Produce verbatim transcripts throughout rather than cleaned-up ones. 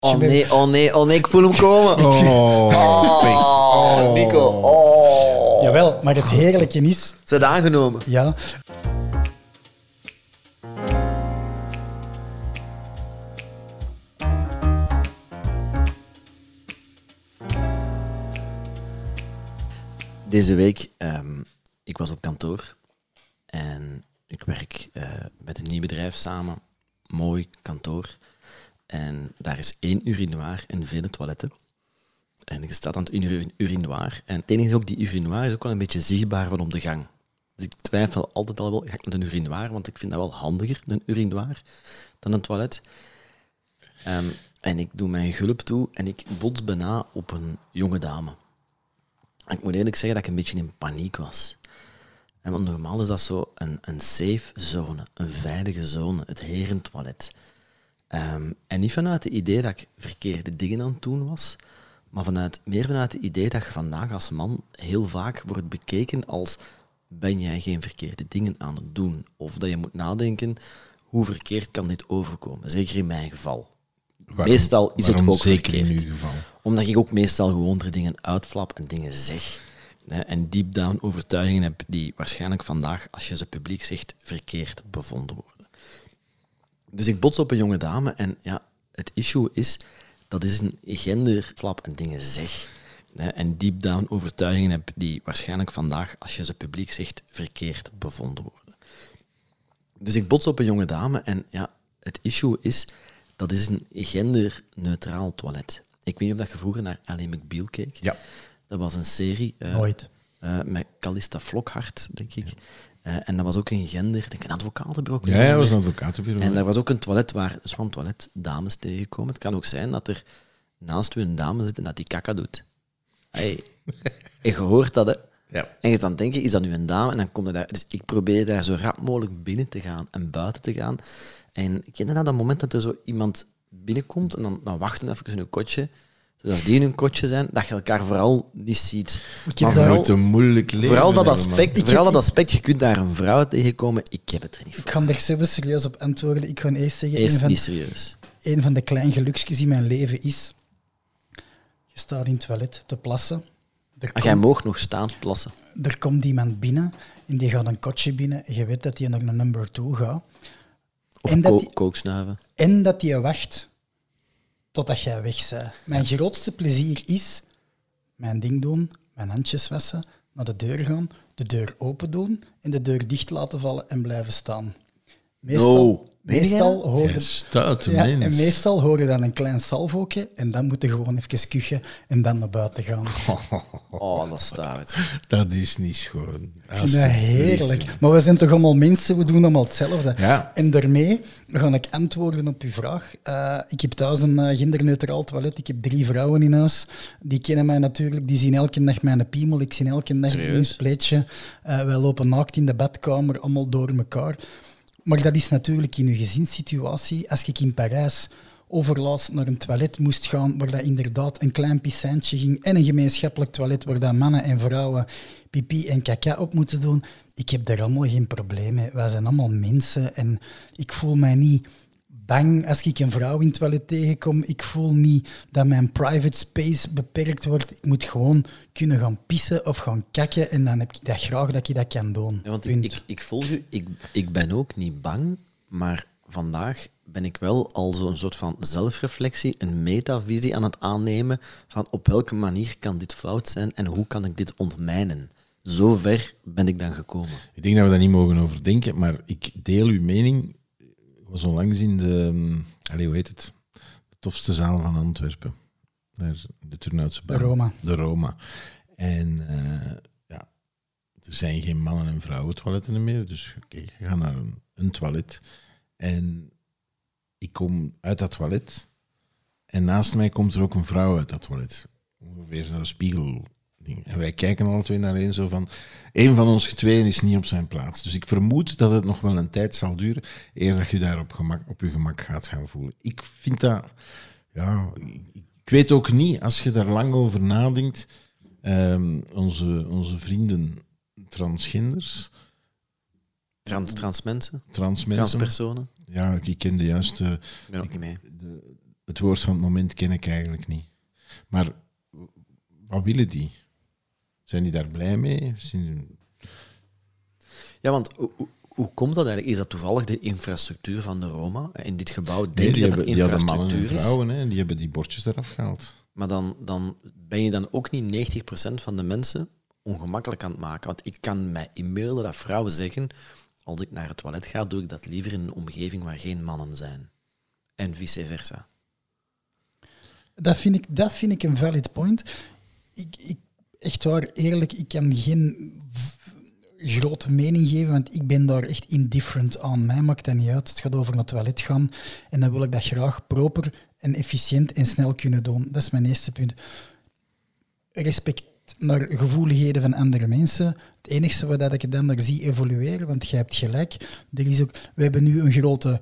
Oh nee, oh nee, oh nee, ik voel hem komen. Oh, Oh, Nico. Oh. Jawel, maar het heerlijke is... Ze het aangenomen. Ja, Deze week, um, ik was op kantoor en ik werk uh, met een nieuw bedrijf samen. Mooi kantoor. En daar is één urinoir en vele toiletten. En je staat aan het urinoir. En het enige is ook, die urinoir is ook wel een beetje zichtbaar van op de gang. Dus ik twijfel altijd al wel, ga ik naar een urinoir, want ik vind dat wel handiger, een urinoir, dan een toilet. Um, en ik doe mijn gulp toe en ik bots bijna op een jonge dame. En ik moet eerlijk zeggen dat ik een beetje in paniek was. En want normaal is dat zo een, een safe zone, een veilige zone, het herentoilet. Um, en niet vanuit het idee dat ik verkeerde dingen aan het doen was, maar vanuit, meer vanuit het idee dat je vandaag als man heel vaak wordt bekeken als ben jij geen verkeerde dingen aan het doen? Of dat je moet nadenken, hoe verkeerd kan dit overkomen? Zeker in mijn geval. Waarom, meestal is het ook zeker verkeerd. In uw geval? Omdat ik ook meestal gewoon er dingen uitflap en dingen zeg. Hè, en deep down overtuigingen heb die waarschijnlijk vandaag, als je ze publiek zegt, verkeerd bevonden worden. Dus ik bots op een jonge dame en ja, het issue is, dat is een genderflap en dingen zeg. Hè, en deep down overtuigingen heb die waarschijnlijk vandaag, als je ze publiek zegt, verkeerd bevonden worden. Dus ik bots op een jonge dame en ja, het issue is, dat is een genderneutraal toilet. Ik weet niet of je vroeger naar Ally McBeal keek. Ja. Dat was een serie uh, nooit. Uh, met Calista Flockhart, denk ik. Ja. Uh, en dat was ook een gender... Denk, een advocatenbureau. Ja, dat was een advocatenbureau. En daar was ook een toilet waar dus van toilet dames tegenkomen. Het kan ook zijn dat er naast u een dame zit en dat die kaka doet. Hey. En je hoort dat, hè. Ja. En je dan denk je, is dat nu een dame? En dan komt er daar... Dus ik probeer daar zo rap mogelijk binnen te gaan en buiten te gaan. En ik ken dat dat moment dat er zo iemand binnenkomt en dan, dan wachten we even in een kotje. Dus als die in een kotje zijn, dat je elkaar vooral niet ziet. Ik heb Maar daar- vooral, een moeilijk leven. vooral dat hebben, aspect, Ik vooral heb- dat aspect, je kunt daar een vrouw tegenkomen, ik heb het er niet Ik voor. ga er zo serieus op antwoorden. Ik ga eerst zeggen, een Eerst van, niet serieus. een van de kleine gelukjes in mijn leven is... Je staat in het toilet te plassen. Er, Maar jij komt, mag nog staan plassen. er komt iemand binnen en die gaat een kotje binnen. Je weet dat hij naar een number two gaat. Of En dat ko- die- kooksnuiven. En dat hij wacht totdat jij weg bent. Mijn grootste plezier is mijn ding doen, mijn handjes wassen, naar de deur gaan, de deur open doen en de deur dicht laten vallen en blijven staan. Meestal, No. Meen jij meestal dat? hoorde... Ja, stoute Ja, mens. en meestal hoor je dan een klein salvootje en dan moet je gewoon even kuchen en dan naar buiten gaan. Oh, dat is stout. Dat is niet schoon. Ik vind dat heerlijk. Maar we zijn toch allemaal mensen, we doen allemaal hetzelfde. Ja. En daarmee ga ik antwoorden op uw vraag. Uh, ik heb thuis een uh, genderneutraal toilet. Ik heb drie vrouwen in huis. Die kennen mij natuurlijk. Die zien elke dag mijn piemel. Ik zie elke dag Serieus? een spleetje. Uh, wij lopen naakt in de badkamer, allemaal door elkaar. Maar dat is natuurlijk in uw gezinssituatie. Als ik in Parijs overlaatst naar een toilet moest gaan, waar dat inderdaad een klein piscijntje ging en een gemeenschappelijk toilet waar dat mannen en vrouwen pipi en kaka op moeten doen. Ik heb daar allemaal geen probleem mee. Wij zijn allemaal mensen en ik voel mij niet bang als ik een vrouw in het toilet tegenkom. Ik voel niet dat mijn private space beperkt wordt. Ik moet gewoon kunnen gaan pissen of gaan kakken en dan heb ik dat graag dat ik dat kan doen. Ja, want ik, Punt. ik, ik volg u, ik, ik ben ook niet bang, maar vandaag ben ik wel al zo'n soort van zelfreflectie, een metavisie aan het aannemen van op welke manier kan dit fout zijn en hoe kan ik dit ontmijnen. Zo ver ben ik dan gekomen. Ik denk dat we daar niet mogen overdenken, maar ik deel uw mening. Ik was onlangs in de... um, Allez, hoe heet het? De tofste zaal van Antwerpen. Daar, de Turnhoutse baan. De Roma. De Roma. En uh, ja, er zijn geen mannen- en vrouwentoiletten meer. Dus oké, okay, je gaat naar een, een toilet. En ik kom uit dat toilet. En naast mij komt er ook een vrouw uit dat toilet. Ongeveer zo'n spiegel. En wij kijken alle twee naar één zo van... Eén van ons tweeën is niet op zijn plaats. Dus ik vermoed dat het nog wel een tijd zal duren eer dat je daar op, gemak, op je gemak gaat gaan voelen. Ik vind dat... Ja, ik weet ook niet, als je daar lang over nadenkt... Um, onze, onze vrienden transgenders... Trans, trans mensen, Trans mensen. transpersonen. Ja, ik ken de juiste... Ik ben ook niet mee. De, het woord van het moment ken ik eigenlijk niet. Maar wat willen die? Zijn die daar blij mee? Zijn... Ja, want hoe, hoe, hoe komt dat eigenlijk? Is dat toevallig de infrastructuur van de Roma? In dit gebouw denk Nee, je die, dat hebben, het die hadden mannen en infrastructuur is. vrouwen, hè, en die hebben die bordjes eraf gehaald. Maar dan, dan ben je dan ook niet negentig procent van de mensen ongemakkelijk aan het maken. Want ik kan mij inbeelden dat vrouwen zeggen, als ik naar het toilet ga, doe ik dat liever in een omgeving waar geen mannen zijn. En vice versa. Dat vind ik, dat vind ik een valid point. Ik, ik, echt waar, eerlijk, ik kan geen v- grote mening geven, want ik ben daar echt indifferent aan. Mij maakt dat niet uit. Het gaat over naar het toilet gaan en dan wil ik dat graag proper en efficiënt en snel kunnen doen. Dat is mijn eerste punt. Respect naar gevoeligheden van andere mensen. Het enige wat dat ik dan daar zie evolueren, want jij hebt gelijk, er is ook, we hebben nu een grote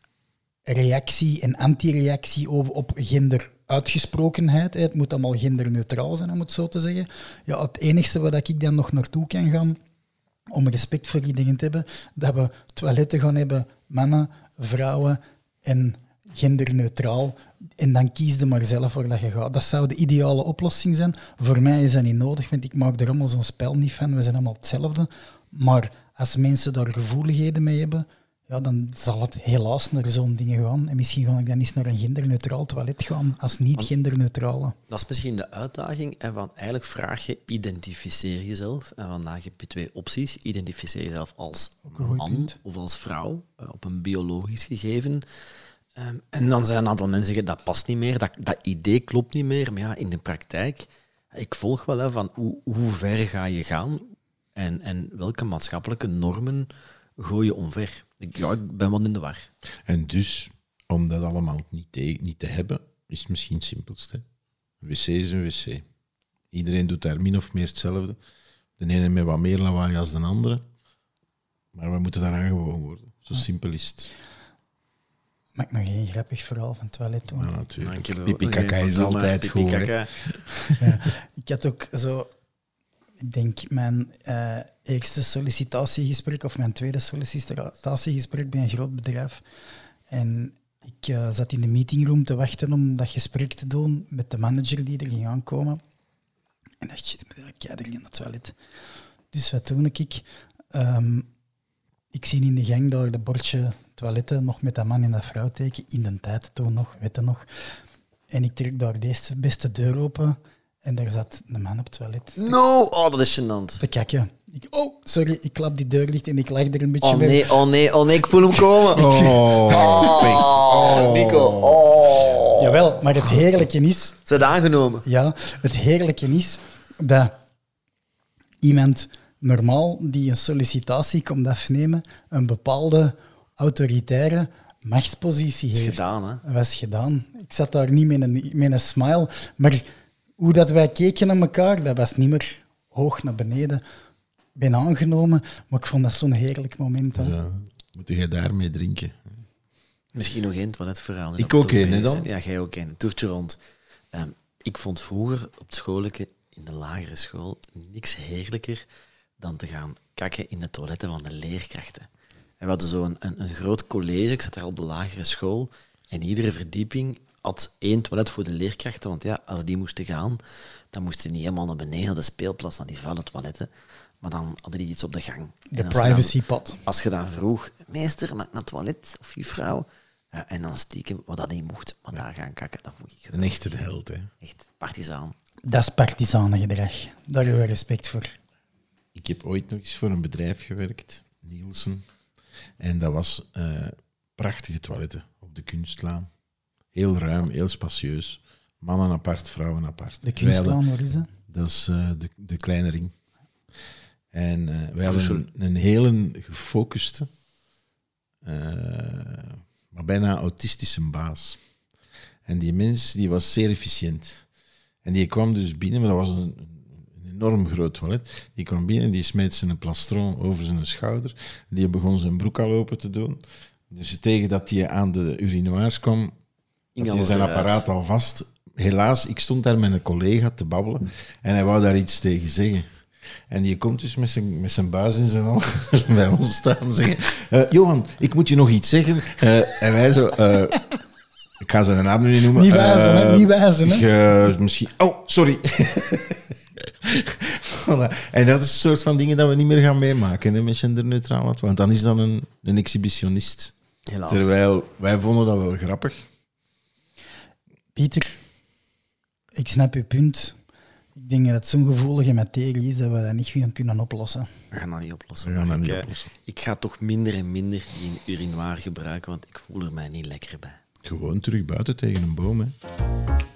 reactie en anti-reactie over op genderuitgesprokenheid. Het moet allemaal genderneutraal zijn, om het zo te zeggen. Ja, het enige waar ik dan nog naartoe kan gaan, om respect voor iedereen te hebben, dat we toiletten gaan hebben, mannen, vrouwen en genderneutraal. En dan kies je maar zelf waar dat je gaat. Dat zou de ideale oplossing zijn. Voor mij is dat niet nodig, want ik maak er allemaal zo'n spel niet van. We zijn allemaal hetzelfde. Maar als mensen daar gevoeligheden mee hebben, ja, dan zal het helaas naar zo'n dingen gaan. En misschien ga ik dan eens naar een genderneutraal toilet gaan, als niet-genderneutrale. Dat is misschien de uitdaging. En van eigenlijk vraag je, identificeer jezelf. En vandaag heb je twee opties. Identificeer jezelf als een goed man punt. of als vrouw, eh, op een biologisch gegeven. Um, en dan zijn een aantal mensen zeggen, dat past niet meer, dat, dat idee klopt niet meer. Maar ja, in de praktijk, ik volg wel hè, van hoe, hoe ver ga je gaan en, en welke maatschappelijke normen gooi je omver. Ik, ja, ik ben wel in de war. En dus, om dat allemaal niet te, niet te hebben, is het misschien het simpelste. Een wc is een wc. Iedereen doet daar min of meer hetzelfde. De ene met wat meer lawaai als de andere. Maar we moeten daaraan gewoon worden. Zo simpel is het. Mag ik nog één grappig verhaal van het toilet doen? Ja, natuurlijk. Dankjewel. Pipi kaka is Doe maar, altijd pipi goed. hè. kaka. Ja, ik had ook zo, ik denk mijn eh, eerste sollicitatiegesprek of mijn tweede sollicitatiegesprek bij een groot bedrijf. En ik eh, zat in de meetingroom te wachten om dat gesprek te doen met de manager die er ging aankomen. En dacht, shit, ik moet er in het toilet. Dus wat doe ik? Ehm, ik zie in de gang daar de bordje toiletten nog met dat man en dat vrouw teken. In de tijd toen nog, weet je nog. En ik trek daar deze beste deur open en daar zat een man op het toilet No! Oh, dat is gênant. te kijken. Ik, oh, sorry, ik klap die deur dicht en ik lag er een beetje Oh bij. nee, oh nee, oh nee, ik voel hem komen. Oh, Oh, Nico. Oh. Jawel, maar het heerlijke is... Ze het aangenomen. Ja, het heerlijke is dat iemand normaal die een sollicitatie komt afnemen een bepaalde autoritaire machtspositie Het is heeft. gedaan, hè. Dat was gedaan. Ik zat daar niet met een, met een smile, maar hoe dat wij keken naar elkaar, dat was niet meer hoog naar beneden. Ik ben aangenomen, maar ik vond dat zo'n heerlijk moment. Hè. Zo, moet je daarmee drinken? Misschien nog één toiletverhaal. Ik ook één, hè, dan? Ja, jij ook één. Toertje rond. Um, ik vond vroeger op het schoollijke, in de lagere school, niks heerlijker dan te gaan kakken in de toiletten van de leerkrachten. En we hadden zo'n een, een groot college, ik zat daar op de lagere school, en iedere verdieping had één toilet voor de leerkrachten, want ja, als die moesten gaan, dan moesten die niet helemaal naar beneden, naar de speelplaats, naar die vuile toiletten, maar dan hadden die iets op de gang. De En als je dan- privacypad. Als je dan vroeg, meester, mag ik naar het toilet? Of juffrouw? Ja, en dan stiekem, wat dat niet mocht, maar daar gaan kakken, dat vond ik Een geweldig. echte held, hè. Echt partisaan. Dat is partisanengedrag. Daar hebben we respect voor. Ik heb ooit nog eens voor een bedrijf gewerkt, Nielsen. En dat was eh, prachtige toiletten op de Kunstlaan. Heel ruim, heel spacieus. Mannen apart, vrouwen apart. De Wij hadden- kunstaan, wat is dat? Dat is eh, de, de kleine ring. En eh, wij Brussel. hadden een, een hele gefocuste, eh, maar bijna autistische baas. En die mens die was zeer efficiënt. En die kwam dus binnen, maar dat was een, een enorm groot toilet. Die kwam binnen, die smeet zijn plastron over zijn schouder. Die begon zijn broek al open te doen. Dus tegen dat hij aan de urinoirs kwam, Ging had hij alles zijn eruit. apparaat al vast. Helaas, ik stond daar met een collega te babbelen en hij wou daar iets tegen zeggen. En die komt dus met zijn, met zijn buis in zijn hand bij ons staan en zeggen: eh, Johan, ik moet je nog iets zeggen. Eh, en wij zo: eh, Ik ga zijn naam nu niet noemen. Niet wijzen, hè? Uh, Niet wijzen, hè? Ik, uh, misschien... Oh, sorry. Voilà. En dat is een soort van dingen dat we niet meer gaan meemaken, hè, met genderneutraal. Want dan is dat een, een exhibitionist. Helaas. Terwijl wij vonden dat wel grappig. Pieter, ik snap je punt. Ik denk dat het zo'n gevoelige materie is dat we dat niet gaan kunnen oplossen. We gaan dat niet oplossen. We gaan dat ik, niet eh, oplossen. ik ga toch minder en minder die urinoir gebruiken, want ik voel er mij niet lekker bij. Gewoon terug buiten tegen een boom, hè.